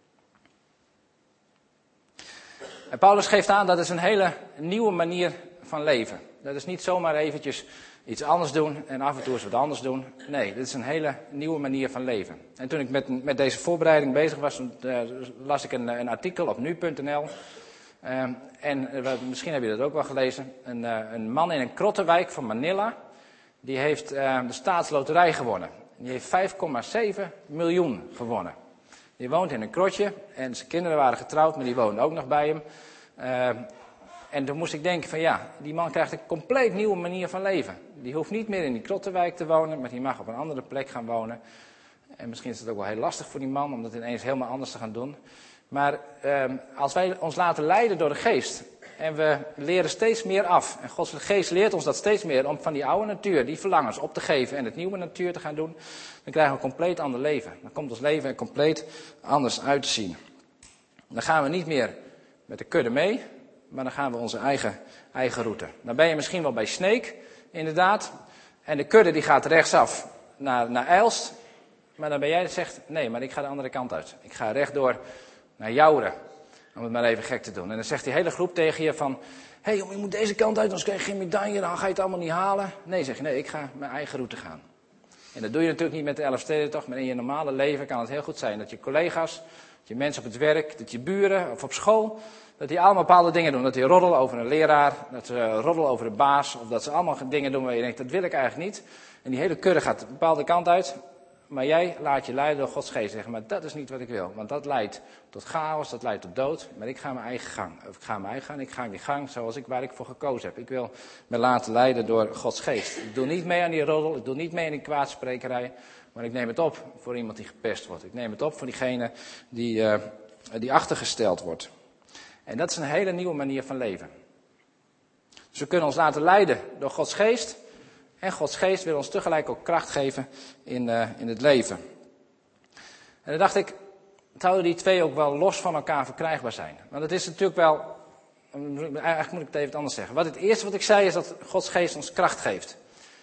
Speaker 1: En Paulus geeft aan dat is een hele nieuwe manier van leven. Dat is niet zomaar eventjes iets anders doen en af en toe eens wat anders doen. Nee, dit is een hele nieuwe manier van leven. En toen ik met, met deze voorbereiding bezig was, uh, las ik een, een artikel op nu punt n l. Uh, en uh, misschien heb je dat ook wel gelezen. Een, uh, een man in een krottenwijk van Manila, die heeft uh, de staatsloterij gewonnen. Die heeft vijf komma zeven miljoen gewonnen. Die woont in een krotje en zijn kinderen waren getrouwd, maar die woonden ook nog bij hem. Uh, en toen moest ik denken van ja, die man krijgt een compleet nieuwe manier van leven. Die hoeft niet meer in die krottenwijk te wonen, maar die mag op een andere plek gaan wonen. En misschien is het ook wel heel lastig voor die man om dat ineens helemaal anders te gaan doen. Maar uh, als wij ons laten leiden door de geest en we leren steeds meer af. En Gods geest leert ons dat steeds meer om van die oude natuur, die verlangens op te geven en het nieuwe natuur te gaan doen. Dan krijgen we een compleet ander leven. Dan komt ons leven er compleet anders uit te zien. Dan gaan we niet meer met de kudde mee, maar dan gaan we onze eigen, eigen route. Dan ben je misschien wel bij Sneek, inderdaad. En de kudde die gaat rechtsaf naar, naar Eilst. Maar dan ben jij die zegt, nee, maar ik ga de andere kant uit. Ik ga rechtdoor naar Jouren, om het maar even gek te doen. En dan zegt die hele groep tegen je van, hé, hey, je moet deze kant uit, anders krijg je geen medaille, dan ga je het allemaal niet halen. Nee, zeg je, nee, ik ga mijn eigen route gaan. En dat doe je natuurlijk niet met de Elfstedentocht, maar in je normale leven kan het heel goed zijn dat je collega's, dat je mensen op het werk, dat je buren of op school, dat die allemaal bepaalde dingen doen. Dat die roddelen over een leraar, dat ze roddelen over de baas, of dat ze allemaal dingen doen waar je denkt, dat wil ik eigenlijk niet. En die hele kudde gaat een bepaalde kant uit. Maar jij laat je leiden door Gods geest. Zeggen, maar dat is niet wat ik wil. Want dat leidt tot chaos, dat leidt tot dood. Maar ik ga mijn eigen gang. Of ik ga mijn eigen gang, ik ga die gang zoals ik, waar ik voor gekozen heb. Ik wil me laten leiden door Gods geest. Ik doe niet mee aan die roddel, ik doe niet mee aan die kwaadsprekerij. Maar ik neem het op voor iemand die gepest wordt. Ik neem het op voor diegene die, uh, die achtergesteld wordt. En dat is een hele nieuwe manier van leven. Dus we kunnen ons laten leiden door Gods geest. En Gods geest wil ons tegelijk ook kracht geven in, uh, in het leven. En dan dacht ik, zouden die twee ook wel los van elkaar verkrijgbaar zijn? Want het is natuurlijk wel, eigenlijk moet ik het even anders zeggen. Wat het eerste wat ik zei is dat Gods geest ons kracht geeft.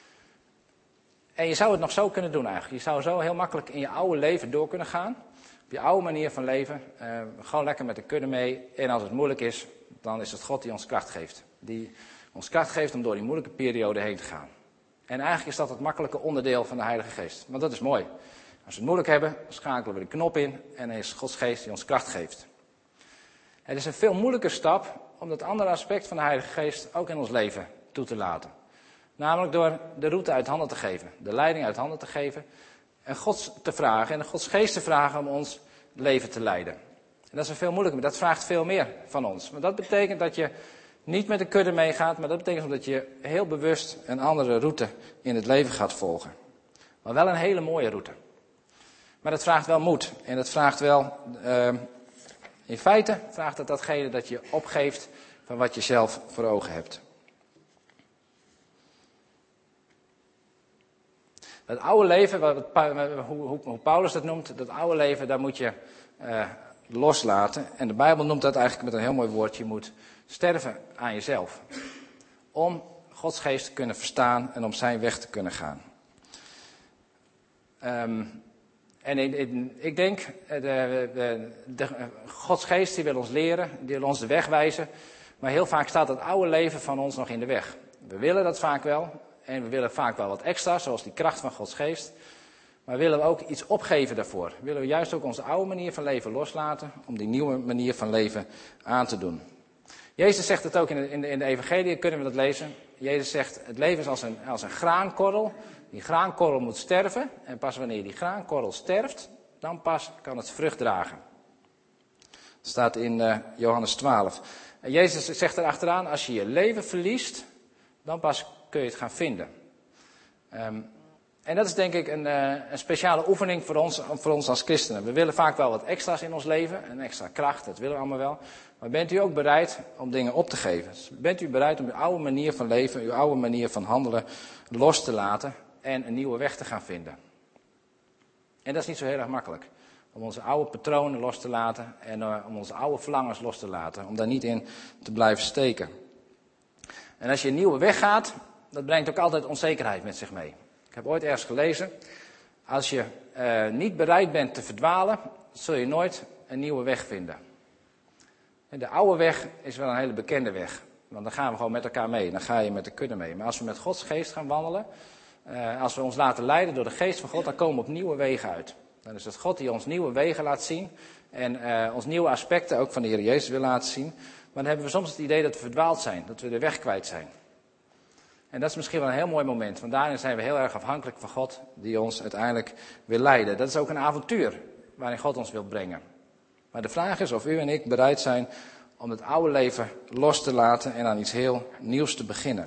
Speaker 1: En je zou het nog zo kunnen doen eigenlijk. Je zou zo heel makkelijk in je oude leven door kunnen gaan. Op je oude manier van leven. Uh, gewoon lekker met de kudde mee. En als het moeilijk is, dan is het God die ons kracht geeft. Die ons kracht geeft om door die moeilijke periode heen te gaan. En eigenlijk is dat het makkelijke onderdeel van de Heilige Geest. Want dat is mooi. Als we het moeilijk hebben, schakelen we de knop in en dan is Gods Geest die ons kracht geeft. Het is een veel moeilijker stap om dat andere aspect van de Heilige Geest ook in ons leven toe te laten. Namelijk door de route uit handen te geven, de leiding uit handen te geven en God te vragen en de Gods Geest te vragen om ons leven te leiden. En dat is een veel moeilijker, maar dat vraagt veel meer van ons. Want dat betekent dat je niet met de kudde meegaat, maar dat betekent dat je heel bewust een andere route in het leven gaat volgen. Maar wel een hele mooie route. Maar dat vraagt wel moed. En dat vraagt wel, uh, in feite vraagt het datgene dat je opgeeft van wat je zelf voor ogen hebt. Dat oude leven, wat, hoe, hoe Paulus dat noemt, dat oude leven, daar moet je uh, loslaten. En de Bijbel noemt dat eigenlijk met een heel mooi woordje, je moet sterven aan jezelf. Om Gods geest te kunnen verstaan en om zijn weg te kunnen gaan. Um, en ik, ik, ik denk, de, de, de, Gods geest die wil ons leren, die wil ons de weg wijzen. Maar heel vaak staat het oude leven van ons nog in de weg. We willen dat vaak wel. En we willen vaak wel wat extra, zoals die kracht van Gods geest. Maar willen we ook iets opgeven daarvoor? Willen we juist ook onze oude manier van leven loslaten om die nieuwe manier van leven aan te doen? Jezus zegt het ook in de, in de, in de evangelie, kunnen we dat lezen. Jezus zegt, het leven is als een, als een graankorrel. Die graankorrel moet sterven. En pas wanneer die graankorrel sterft, dan pas kan het vrucht dragen. Dat staat in uh, Johannes twaalf. En Jezus zegt erachteraan, als je je leven verliest, dan pas kun je het gaan vinden. Um, en dat is denk ik een, uh, een speciale oefening voor ons, voor ons als christenen. We willen vaak wel wat extra's in ons leven, een extra kracht, dat willen we allemaal wel. Maar bent u ook bereid om dingen op te geven? Dus bent u bereid om uw oude manier van leven, uw oude manier van handelen los te laten en een nieuwe weg te gaan vinden? En dat is niet zo heel erg makkelijk. Om onze oude patronen los te laten en uh, om onze oude verlangens los te laten. Om daar niet in te blijven steken. En als je een nieuwe weg gaat, dat brengt ook altijd onzekerheid met zich mee. Ik heb ooit ergens gelezen, als je uh, niet bereid bent te verdwalen, zul je nooit een nieuwe weg vinden. De oude weg is wel een hele bekende weg. Want dan gaan we gewoon met elkaar mee. Dan ga je met de kudde mee. Maar als we met Gods geest gaan wandelen, uh, als we ons laten leiden door de geest van God, dan komen we op nieuwe wegen uit. Dan is het God die ons nieuwe wegen laat zien. En uh, ons nieuwe aspecten ook van de Heer Jezus wil laten zien. Maar dan hebben we soms het idee dat we verdwaald zijn. Dat we de weg kwijt zijn. En dat is misschien wel een heel mooi moment. Want daarin zijn we heel erg afhankelijk van God die ons uiteindelijk wil leiden. Dat is ook een avontuur waarin God ons wil brengen. Maar de vraag is of u en ik bereid zijn om het oude leven los te laten en aan iets heel nieuws te beginnen.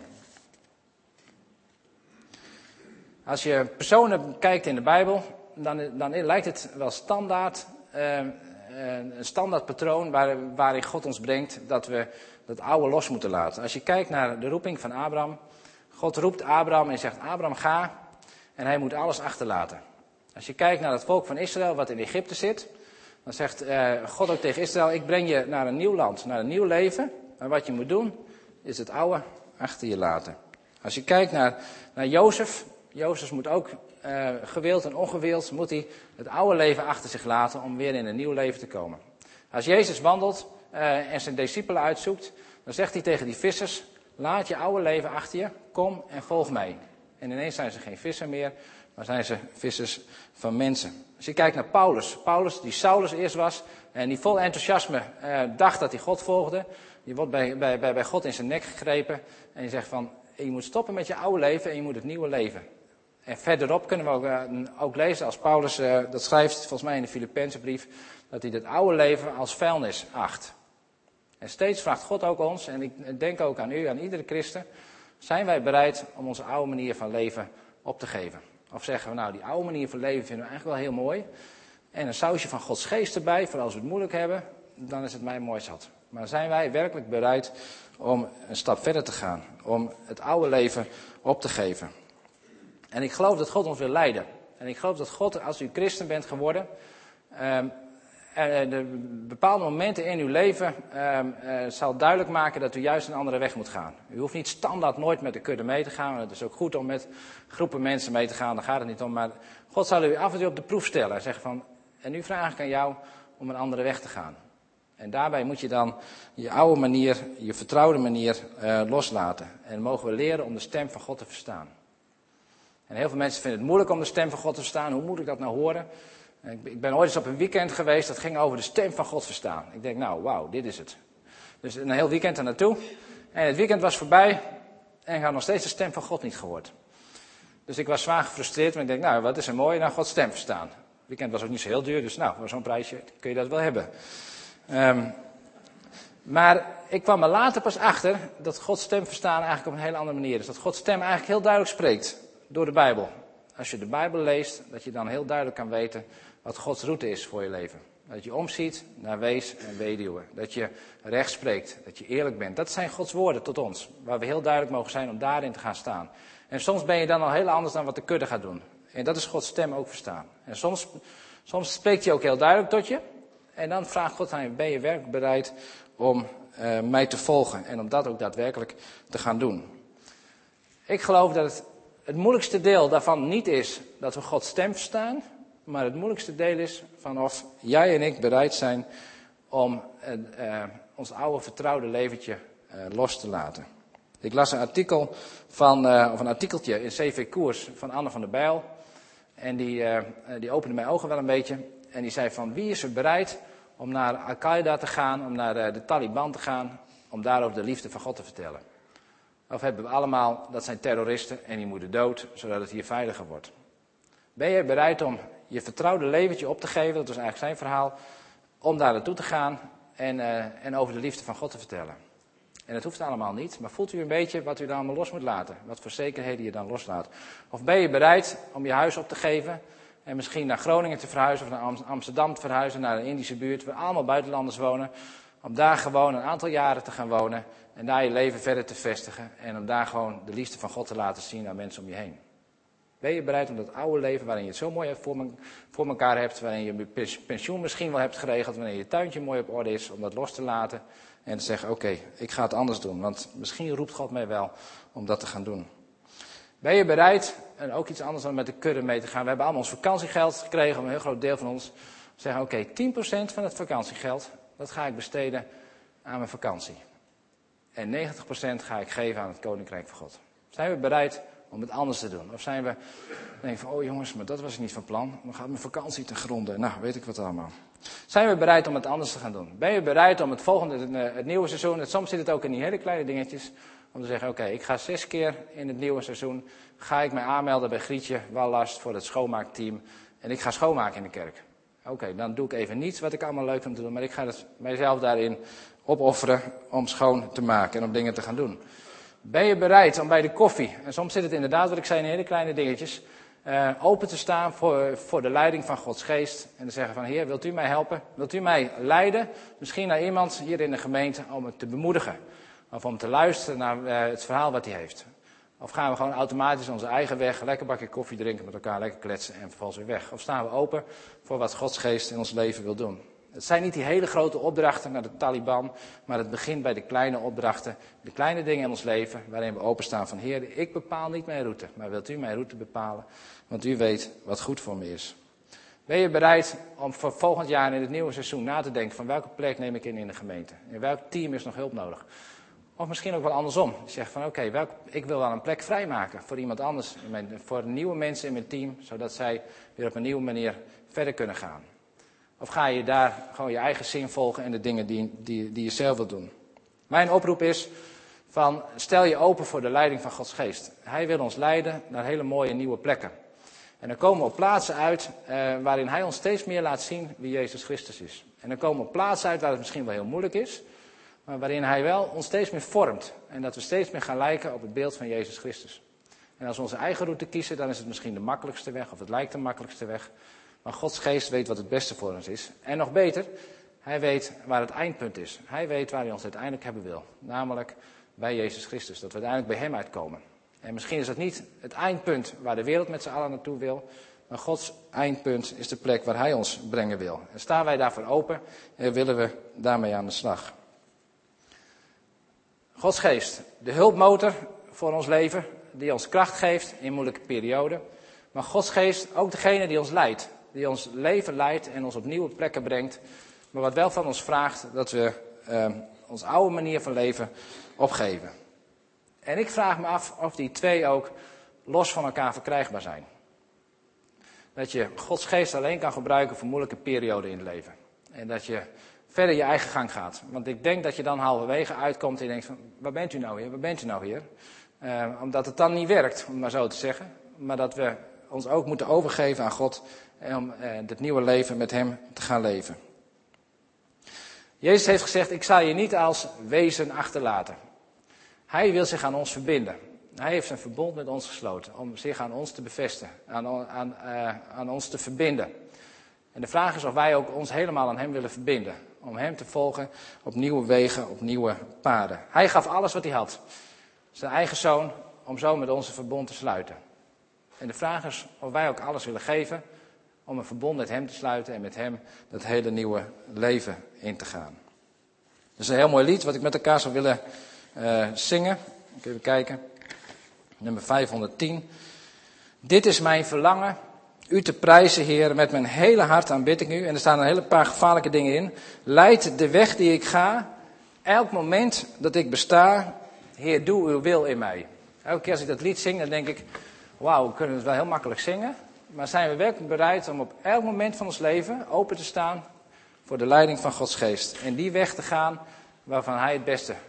Speaker 1: Als je personen kijkt in de Bijbel, dan, dan lijkt het wel standaard, uh, een standaard patroon waar, waarin God ons brengt dat we dat oude los moeten laten. Als je kijkt naar de roeping van Abraham, God roept Abraham en zegt, Abraham ga, en hij moet alles achterlaten. Als je kijkt naar het volk van Israël wat in Egypte zit, dan zegt uh, God ook tegen Israël, ik breng je naar een nieuw land, naar een nieuw leven. Maar wat je moet doen, is het oude achter je laten. Als je kijkt naar, naar Jozef, Jozef moet ook uh, gewild en ongewild, moet hij het oude leven achter zich laten om weer in een nieuw leven te komen. Als Jezus wandelt uh, en zijn discipelen uitzoekt, dan zegt hij tegen die vissers, laat je oude leven achter je, kom en volg mij. En ineens zijn ze geen visser meer, maar zijn ze vissers van mensen. Als je kijkt naar Paulus, Paulus die Saulus eerst was en die vol enthousiasme uh, dacht dat hij God volgde, die wordt bij, bij, bij God in zijn nek gegrepen en je zegt van, je moet stoppen met je oude leven en je moet het nieuwe leven. En verderop kunnen we ook, uh, ook lezen als Paulus, uh, dat schrijft volgens mij in de Filippenzenbrief, dat hij het oude leven als vuilnis acht. En steeds vraagt God ook ons, en ik denk ook aan u, aan iedere christen, zijn wij bereid om onze oude manier van leven op te geven? Of zeggen we nou, die oude manier van leven vinden we eigenlijk wel heel mooi. En een sausje van Gods geest erbij, voor als we het moeilijk hebben, dan is het mij mooi zat. Maar zijn wij werkelijk bereid om een stap verder te gaan? Om het oude leven op te geven? En ik geloof dat God ons wil leiden. En ik geloof dat God, als u christen bent geworden, um, er de bepaalde momenten in uw leven um, uh, zal duidelijk maken dat u juist een andere weg moet gaan. U hoeft niet standaard nooit met de kudde mee te gaan. Het is ook goed om met groepen mensen mee te gaan, daar gaat het niet om. Maar God zal u af en toe op de proef stellen en zeggen van, en nu vraag ik aan jou om een andere weg te gaan. En daarbij moet je dan je oude manier, je vertrouwde manier uh, loslaten. En mogen we leren om de stem van God te verstaan. En heel veel mensen vinden het moeilijk om de stem van God te verstaan. Hoe moet ik dat nou horen? Ik ben ooit eens op een weekend geweest, dat ging over de stem van God verstaan. Ik denk, nou, wauw, dit is het. Dus een heel weekend er naartoe. En het weekend was voorbij en ik had nog steeds de stem van God niet gehoord. Dus ik was zwaar gefrustreerd, maar ik denk, nou, wat is er mooi, nou, Gods stem verstaan. Het weekend was ook niet zo heel duur, dus nou, voor zo'n prijsje kun je dat wel hebben. Um, maar ik kwam er later pas achter dat Gods stem verstaan eigenlijk op een hele andere manier is. Dat Gods stem eigenlijk heel duidelijk spreekt door de Bijbel. Als je de Bijbel leest, dat je dan heel duidelijk kan weten wat Gods route is voor je leven. Dat je omziet naar wees en weduwe. Dat je recht spreekt, dat je eerlijk bent. Dat zijn Gods woorden tot ons, waar we heel duidelijk mogen zijn om daarin te gaan staan. En soms ben je dan al heel anders dan wat de kudde gaat doen. En dat is Gods stem ook verstaan. En soms, soms spreekt hij ook heel duidelijk tot je. En dan vraagt God aan je, ben je werkelijk bereid om uh, mij te volgen en om dat ook daadwerkelijk te gaan doen. Ik geloof dat het, het moeilijkste deel daarvan niet is dat we Gods stem verstaan, maar het moeilijkste deel is van of jij en ik bereid zijn om uh, uh, ons oude vertrouwde leventje uh, los te laten. Ik las een artikel van, uh, of een artikeltje in C V Koers van Anne van der Bijl. En die, uh, die opende mijn ogen wel een beetje. En die zei van, wie is er bereid om naar Al-Qaeda te gaan, om naar uh, de Taliban te gaan, om daarover de liefde van God te vertellen? Of hebben we allemaal, dat zijn terroristen en die moeten dood, zodat het hier veiliger wordt? Ben je bereid om je vertrouwde leventje op te geven, dat was eigenlijk zijn verhaal, om daar naartoe te gaan en, uh, en over de liefde van God te vertellen? En dat hoeft allemaal niet, maar voelt u een beetje wat u dan allemaal los moet laten? Wat voor zekerheden je dan loslaat? Of ben je bereid om je huis op te geven en misschien naar Groningen te verhuizen of naar Amsterdam te verhuizen, naar een Indische buurt, waar allemaal buitenlanders wonen, om daar gewoon een aantal jaren te gaan wonen en daar je leven verder te vestigen en om daar gewoon de liefde van God te laten zien aan mensen om je heen? Ben je bereid om dat oude leven, waarin je het zo mooi voor, me, voor elkaar hebt, waarin je je pensioen misschien wel hebt geregeld, waarin je tuintje mooi op orde is, om dat los te laten en te zeggen, oké, okay, ik ga het anders doen, want misschien roept God mij wel om dat te gaan doen. Ben je bereid, en ook iets anders dan met de kudde mee te gaan, we hebben allemaal ons vakantiegeld gekregen, een heel groot deel van ons, zeggen, oké, okay, tien procent van het vakantiegeld, dat ga ik besteden aan mijn vakantie. En negentig procent ga ik geven aan het Koninkrijk van God. Zijn we bereid om het anders te doen? Of zijn we, denken van, oh jongens, maar dat was ik niet van plan. Dan gaat mijn vakantie ten gronde. Nou, weet ik wat allemaal. Zijn we bereid om het anders te gaan doen? Ben je bereid om het volgende, het nieuwe seizoen, en soms zit het ook in die hele kleine dingetjes, om te zeggen, oké, okay, ik ga zes keer in het nieuwe seizoen, ga ik mij aanmelden bij Grietje Wallast voor het schoonmaakteam. En ik ga schoonmaken in de kerk. Oké, okay, dan doe ik even niets wat ik allemaal leuk vind te doen, maar ik ga het mijzelf daarin opofferen om schoon te maken en om dingen te gaan doen. Ben je bereid om bij de koffie, en soms zit het inderdaad, wat ik zei, in hele kleine dingetjes, uh, open te staan voor, voor de leiding van Gods geest. En te zeggen van, Heer, wilt u mij helpen? Wilt u mij leiden? Misschien naar iemand hier in de gemeente om het te bemoedigen. Of om te luisteren naar uh, het verhaal wat hij heeft. Of gaan we gewoon automatisch onze eigen weg, lekker bakje koffie drinken met elkaar, lekker kletsen en vervolgens weer weg. Of staan we open voor wat Gods geest in ons leven wil doen. Het zijn niet die hele grote opdrachten naar de Taliban, maar het begint bij de kleine opdrachten, de kleine dingen in ons leven, waarin we openstaan van, Heer, ik bepaal niet mijn route, maar wilt u mijn route bepalen, want u weet wat goed voor me is. Ben je bereid om voor volgend jaar in het nieuwe seizoen na te denken van welke plek neem ik in in de gemeente? In welk team is nog hulp nodig? Of misschien ook wel andersom. Je zegt van oké, okay, ik wil wel een plek vrijmaken voor iemand anders, in mijn, voor nieuwe mensen in mijn team, zodat zij weer op een nieuwe manier verder kunnen gaan. Of ga je daar gewoon je eigen zin volgen en de dingen die, die, die je zelf wilt doen? Mijn oproep is van stel je open voor de leiding van Gods geest. Hij wil ons leiden naar hele mooie nieuwe plekken. En dan komen we op plaatsen uit uh, waarin hij ons steeds meer laat zien wie Jezus Christus is. En dan komen we op plaatsen uit waar het misschien wel heel moeilijk is, maar waarin hij wel ons steeds meer vormt. En dat we steeds meer gaan lijken op het beeld van Jezus Christus. En als we onze eigen route kiezen, dan is het misschien de makkelijkste weg, of het lijkt de makkelijkste weg. Maar Gods geest weet wat het beste voor ons is. En nog beter, hij weet waar het eindpunt is. Hij weet waar hij ons uiteindelijk hebben wil. Namelijk bij Jezus Christus, dat we uiteindelijk bij hem uitkomen. En misschien is dat niet het eindpunt waar de wereld met z'n allen naartoe wil. Maar Gods eindpunt is de plek waar hij ons brengen wil. En staan wij daarvoor open en willen we daarmee aan de slag. Gods geest, de hulpmotor voor ons leven, die ons kracht geeft in moeilijke perioden. Maar Gods geest ook degene die ons leidt. Die ons leven leidt en ons op nieuwe plekken brengt. Maar wat wel van ons vraagt dat we uh, onze oude manier van leven opgeven. En ik vraag me af of die twee ook los van elkaar verkrijgbaar zijn. Dat je Gods geest alleen kan gebruiken voor moeilijke perioden in het leven. En dat je verder je eigen gang gaat. Want ik denk dat je dan halverwege uitkomt en je denkt van, waar bent u nou weer? Waar bent u nou weer? Uh, omdat het dan niet werkt, om het maar zo te zeggen. Maar dat we ons ook moeten overgeven aan God en om uh, het nieuwe leven met hem te gaan leven. Jezus heeft gezegd, ik zal je niet als wezen achterlaten. Hij wil zich aan ons verbinden. Hij heeft een verbond met ons gesloten om zich aan ons te bevestigen, aan, aan, uh, aan ons te verbinden. En de vraag is of wij ook ons helemaal aan hem willen verbinden. Om hem te volgen op nieuwe wegen, op nieuwe paden. Hij gaf alles wat hij had. Zijn eigen zoon, om zo met onze verbond te sluiten. En de vraag is of wij ook alles willen geven om een verbond met hem te sluiten en met hem dat hele nieuwe leven in te gaan. Dat is een heel mooi lied wat ik met elkaar zou willen uh, zingen. Even kijken. Nummer vijfhonderdtien. Dit is mijn verlangen, u te prijzen, Heer, met mijn hele hart aanbid ik u. En er staan een hele paar gevaarlijke dingen in. Leid de weg die ik ga, elk moment dat ik besta, Heer, doe uw wil in mij. Elke keer als ik dat lied zing, dan denk ik, wauw, we kunnen het wel heel makkelijk zingen. Maar zijn we werkelijk bereid om op elk moment van ons leven open te staan voor de leiding van Gods geest. En die weg te gaan waarvan hij het beste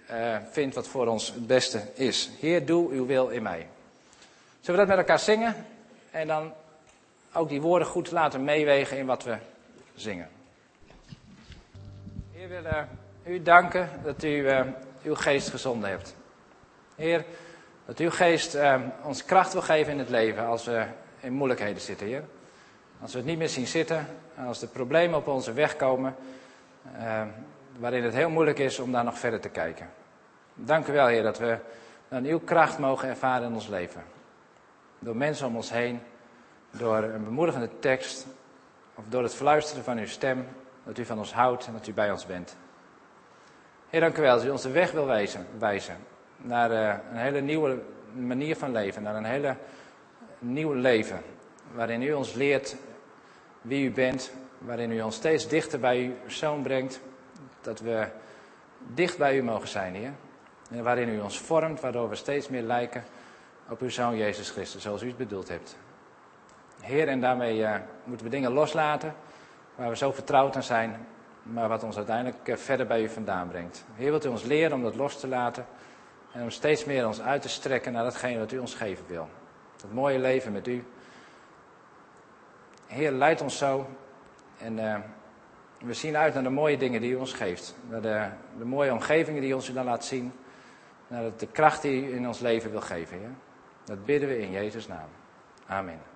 Speaker 1: uh, vindt wat voor ons het beste is. Heer, doe uw wil in mij. Zullen we dat met elkaar zingen? En dan ook die woorden goed laten meewegen in wat we zingen. Heer, we willen u danken dat u uh, uw geest gezonden hebt. Heer, dat uw geest uh, ons kracht wil geven in het leven als we in moeilijkheden zitten, Heer. Als we het niet meer zien zitten, als de problemen op onze weg komen, uh, waarin het heel moeilijk is om daar nog verder te kijken. Dank u wel, Heer, dat we dan uw kracht mogen ervaren in ons leven. Door mensen om ons heen, door een bemoedigende tekst, of door het fluisteren van uw stem, dat u van ons houdt en dat u bij ons bent. Heer, dank u wel dat u ons de weg wil wijzen, wijzen naar uh, een hele nieuwe manier van leven, naar een hele nieuw leven, waarin u ons leert wie u bent, waarin u ons steeds dichter bij uw zoon brengt, dat we dicht bij u mogen zijn, Heer. En waarin u ons vormt, waardoor we steeds meer lijken op uw zoon Jezus Christus, zoals u het bedoeld hebt. Heer, en daarmee uh, moeten we dingen loslaten, waar we zo vertrouwd aan zijn, maar wat ons uiteindelijk uh, verder bij u vandaan brengt. Heer, wilt u ons leren om dat los te laten en om steeds meer ons uit te strekken naar datgene wat u ons geven wil. Dat mooie leven met u. Heer, leid ons zo en uh, we zien uit naar de mooie dingen die u ons geeft. Naar de, de mooie omgevingen die u ons dan laat zien. Naar de kracht die u in ons leven wil geven, Heer. Dat bidden we in Jezus' naam. Amen.